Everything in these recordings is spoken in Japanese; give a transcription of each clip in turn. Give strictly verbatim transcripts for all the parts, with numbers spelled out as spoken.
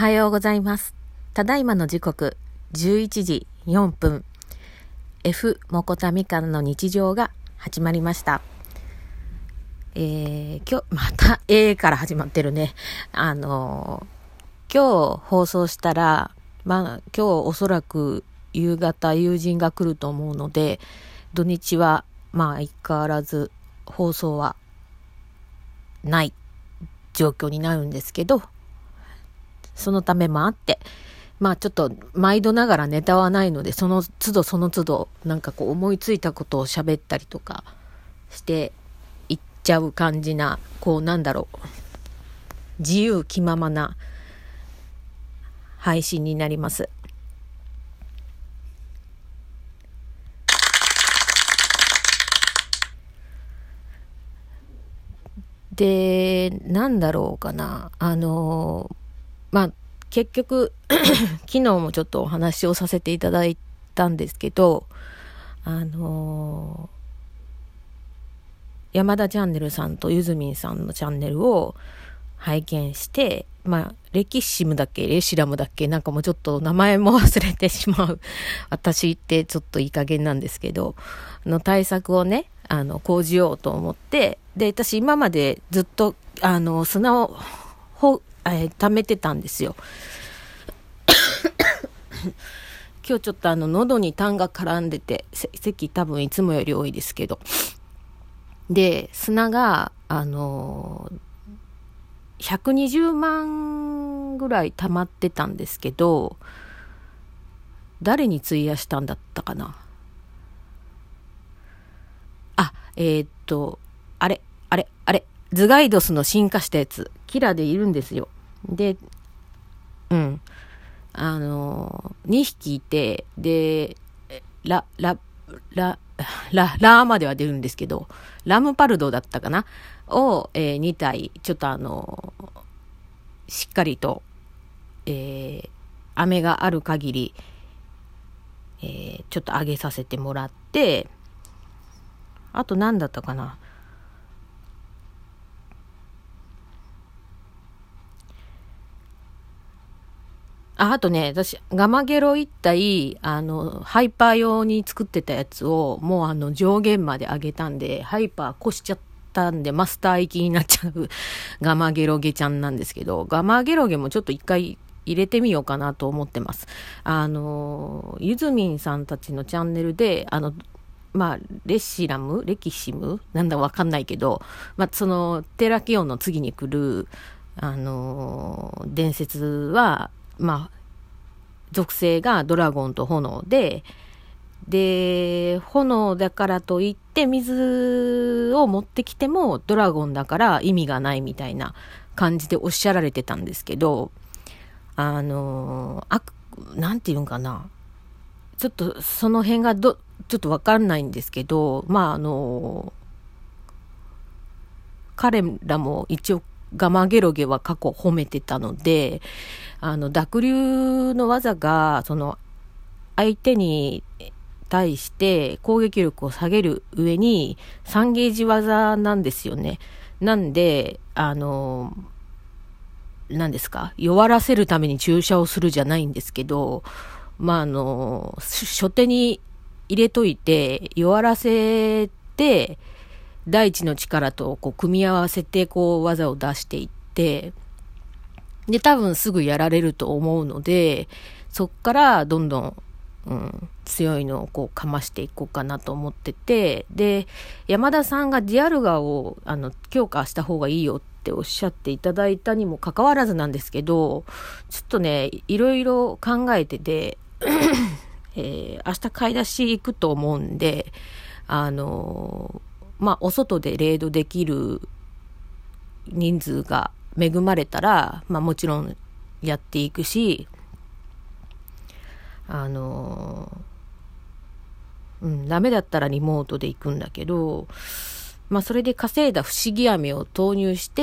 はようございます。ただいまの時刻じゅういちじよんぷん。F もこたみかんの日常が始まりました。えー、今日また A から始まってるね。あのー、今日放送したら、まあ今日おそらく夕方友人が来ると思うので、土日はまあ相変わらず放送はない状況になるんですけど、そのためもあって、まあちょっと毎度ながらネタはないので、その都度その都度なんかこう思いついたことを喋ったりとかしていっちゃう感じな、こうなんだろう、自由気ままな配信になります。で、なんだろうかな、あのまあ結局昨日もちょっとお話をさせていただいたんですけど、あの山田チャンネルさんとゆずみんさんのチャンネルを拝見して、まあレキシムだっけレシラムだっけ、なんかもうちょっと名前も忘れてしまう私ってちょっといい加減なんですけどの対策をね、あの講じようと思って、で私今までずっとあの砂をほ、えー、溜めてたんですよ。今日ちょっとあの喉に痰が絡んでて、咳多分いつもより多いですけど、で砂があのー、ひゃくにじゅうまんぐらい溜まってたんですけど、誰に費やしたんだったかな。あ、えー、っとあれあれあれズガイドスの進化したやつ、キラでいるんですよ。でうんあのにひきいて、でラララララーまでは出るんですけど、ラムパルドだったかなを、えー、にたいちょっとあのしっかりと、えー、雨がある限り、えー、ちょっと上げさせてもらって、あと何だったかな、ああとね、私ガマゲロ一体あのハイパー用に作ってたやつをもうあの上限まで上げたんで、ハイパー越しちゃったんでマスター行きになっちゃうガマゲロゲちゃんなんですけど、ガマゲロゲもちょっと一回入れてみようかなと思ってます。あのゆずみんさんたちのチャンネルであのまあレシラムレキシムなんだわかんないけど、まあそのテラキオンの次に来るあの伝説はまあ属性がドラゴンと炎で、で炎だからといって水を持ってきてもドラゴンだから意味がないみたいな感じでおっしゃられてたんですけど、あのあなんていうんかな、ちょっとその辺がどちょっとわかんないんですけど、まああの彼らも一応ガマゲロゲは過去褒めてたので、あの濁流の技がその相手に対して攻撃力を下げる上にさんゲージ技なんですよね。なんであの何ですか、弱らせるために注射をするじゃないんですけど、まああの初手に入れといて弱らせて大地の力とこう組み合わせてこう技を出していって、で多分すぐやられると思うので、そっからどんどん、うん、強いのをこうかましていこうかなと思ってて、で山田さんがディアルガをあの強化した方がいいよっておっしゃっていただいたにもかかわらずなんですけど、ちょっとねいろいろ考えててえー、明日買い出し行くと思うんで、あのー、まあお外でレードできる人数が恵まれたら、まあもちろんやっていくし、あのー、うん、ダメだったらリモートで行くんだけど、まあそれで稼いだ不思議飴を投入して、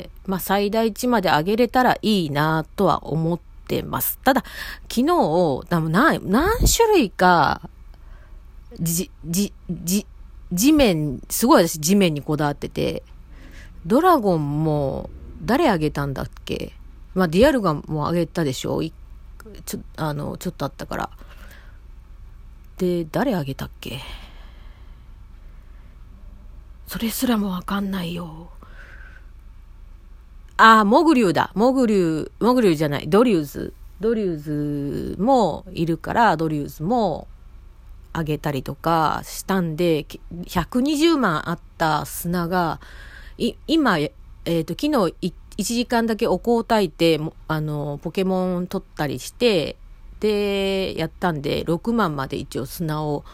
まあ最大値まで上げれたらいいなとは思ってます。ただ昨日何何種類かじじじ地面すごい私地面にこだわってて、ドラゴンも誰あげたんだっけ、 まあ、ディアルガもあげたでしょ。いちょ、あの、ちょっとあったから。で、誰あげたっけ？それすらもわかんないよ。ああ、モグリュウだ。モグリュウ、モグリュウじゃない。ドリューズ。ドリューズもいるから、ドリューズもあげたりとかしたんで、ひゃくにじゅうまんあった砂が、い今、えっ、ー、と、昨日いいちじかんだけお香を焚いて、あの、ポケモン取ったりして、で、やったんで、ろくまんまで一応砂を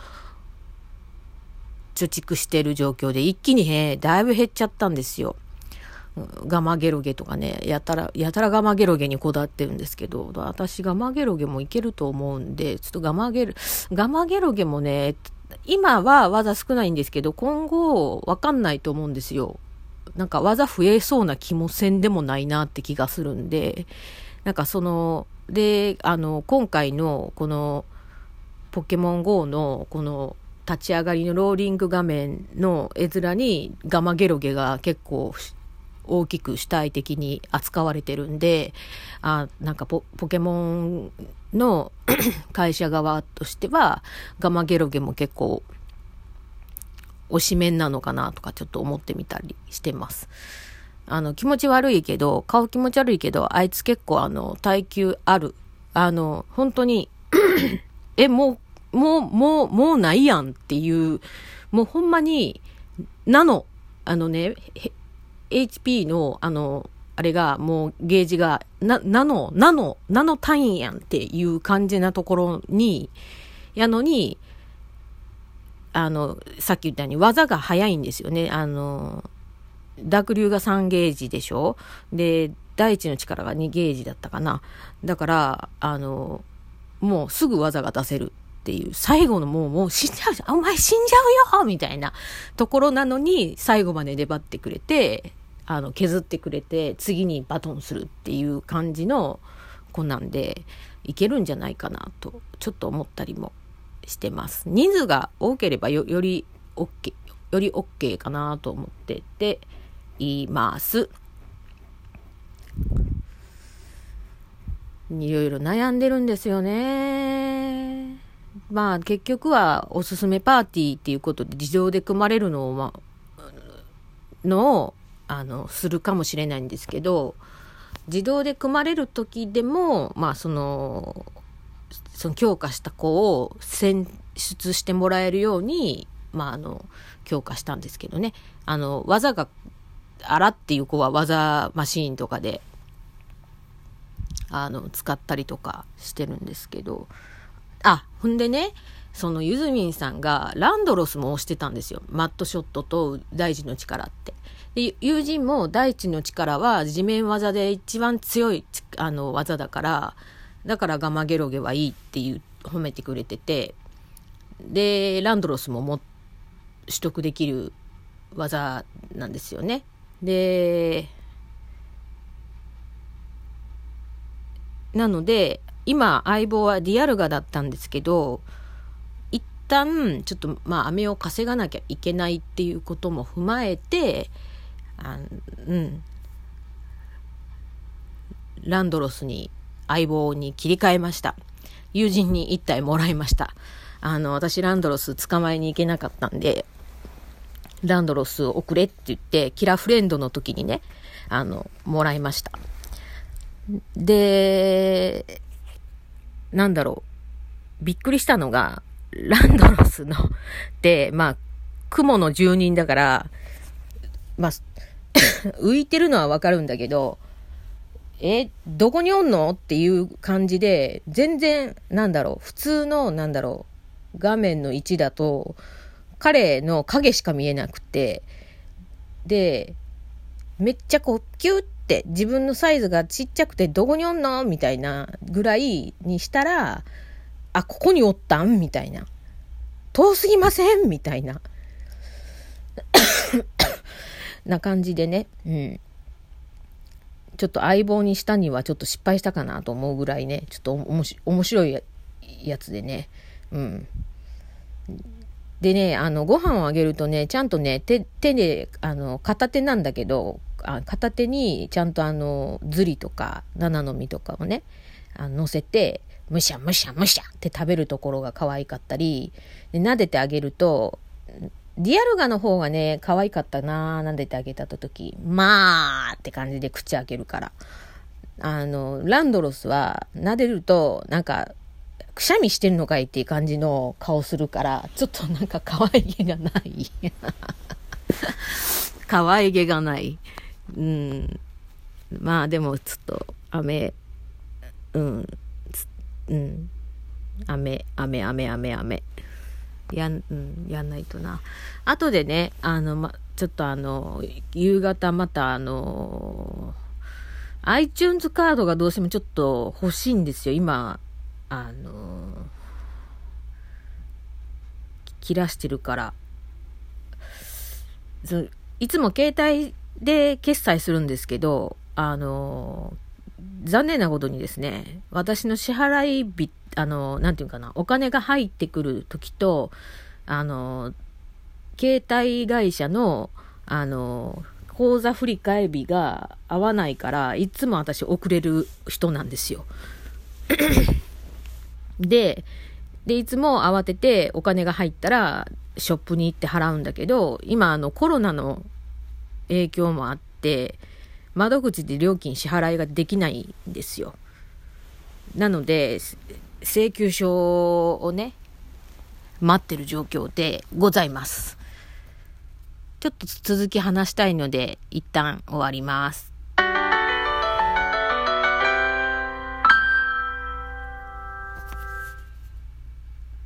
貯蓄してる状況で、一気にへ、だいぶ減っちゃったんですよ。ガマゲロゲとかね、やたら、やたらガマゲロゲにこだわってるんですけど、私ガマゲロゲもいけると思うんで、ちょっとガマゲロ、ガマゲロゲもね、今は技少ないんですけど、今後わかんないと思うんですよ。なんか技増えそうな気もせんでもないなって気がするんで、なんかその、で、あの、今回のこのポケモン ゴー のこの立ち上がりのローリング画面の絵面にガマゲロゲが結構大きく主体的に扱われてるんで、あ、なんか ポ, ポケモンの会社側としてはガマゲロゲも結構推しメンなのかなとかちょっと思ってみたりしてます。あの気持ち悪いけど、顔気持ち悪いけど、あいつ結構あの耐久ある。あの本当にえもうもうもうもうないやんっていう、もうほんまにナノあのね。エイチピー の、あの、あれが、もう、ゲージが、な、ナノ、ナノ、ナノ単位やんっていう感じなところに、やのに、あの、さっき言ったように技が早いんですよね。あの、濁流がさんゲージでしょ？で、大地の力がにゲージだったかな。だから、あの、もうすぐ技が出せるっていう、最後のもう、もう死んじゃうじゃん。お前死んじゃうよみたいなところなのに、最後まで粘ってくれて、あの削ってくれて次にバトンするっていう感じの子なんでいけるんじゃないかなとちょっと思ったりもしてます。人数が多ければ よ, より OK より OK かなと思ってています。いろいろ悩んでるんですよね。まあ結局はおすすめパーティーっていうことで自動で組まれるのを、ま、のをあのするかもしれないんですけど、自動で組まれる時でもまあそのその強化した子を選出してもらえるようにまああの強化したんですけどね、あの技があらっていう子は技マシーンとかであの使ったりとかしてるんですけど、あ、ほんでね、そのゆずみんさんがランドロスも押してたんですよ。マットショットと大地の力って。で友人も大地の力は地面技で一番強いあの技だから、だからガマゲロゲはいいっていう褒めてくれてて、でランドロスもも取得できる技なんですよね。でなので今相棒はディアルガだったんですけど、一旦ちょっとまあ飴を稼がなきゃいけないっていうことも踏まえて、あうんランドロスに相棒に切り替えました。友人に一体もらいました。あの私ランドロス捕まえに行けなかったんで、ランドロスを送れって言ってキラフレンドの時にね、あのもらいました。でなんだろう、びっくりしたのがランドロスのでまあ雲の住人だからまあ浮いてるのはわかるんだけど、えどこにおんのっていう感じで、全然なんだろう、普通のなんだろう画面の位置だと彼の影しか見えなくて、でめっちゃこうキューって自分のサイズがちっちゃくてどこにおんのみたいなぐらいにしたら、あここにおったんみたいな、遠すぎませんみたいなな感じでね、うん、ちょっと相棒にしたにはちょっと失敗したかなと思うぐらいね、ちょっとおもし面白い や, やつでね、うんでね、あのご飯をあげるとね、ちゃんとね 手, 手であの片手なんだけどあ片手にちゃんとあのズリとか七の実とかをねあの乗せてむしゃむしゃむしゃって食べるところが可愛かったりで、撫でてあげるとリアルガの方がね可愛かったな。撫でてあげた時まあって感じで口開けるから、あのランドロスは撫でるとなんかくしゃみしてんのかいっていう感じの顔するから、ちょっとなんか可愛げがない可愛げがない。うん。まあでもちょっと雨、うん、うん、雨、雨、雨、雨、雨。やん、うん、やんないとな。後でね、あの、ま、ちょっとあの、夕方またあの、iTunes カードがどうしてもちょっと欲しいんですよ。今、あの、切らしてるから。いつも携帯で決済するんですけど、あの、残念なことにですね、私の支払い日、あの、なんていうかな、お金が入ってくる時と、あの、携帯会社の、あの、口座振替日が合わないから、いつも私遅れる人なんですよ。で、で、いつも慌ててお金が入ったら、ショップに行って払うんだけど、今あのコロナの影響もあって、窓口で料金支払いができないんですよ。なので、請求書をね、待ってる状況でございます。ちょっと続き話したいので、一旦終わります。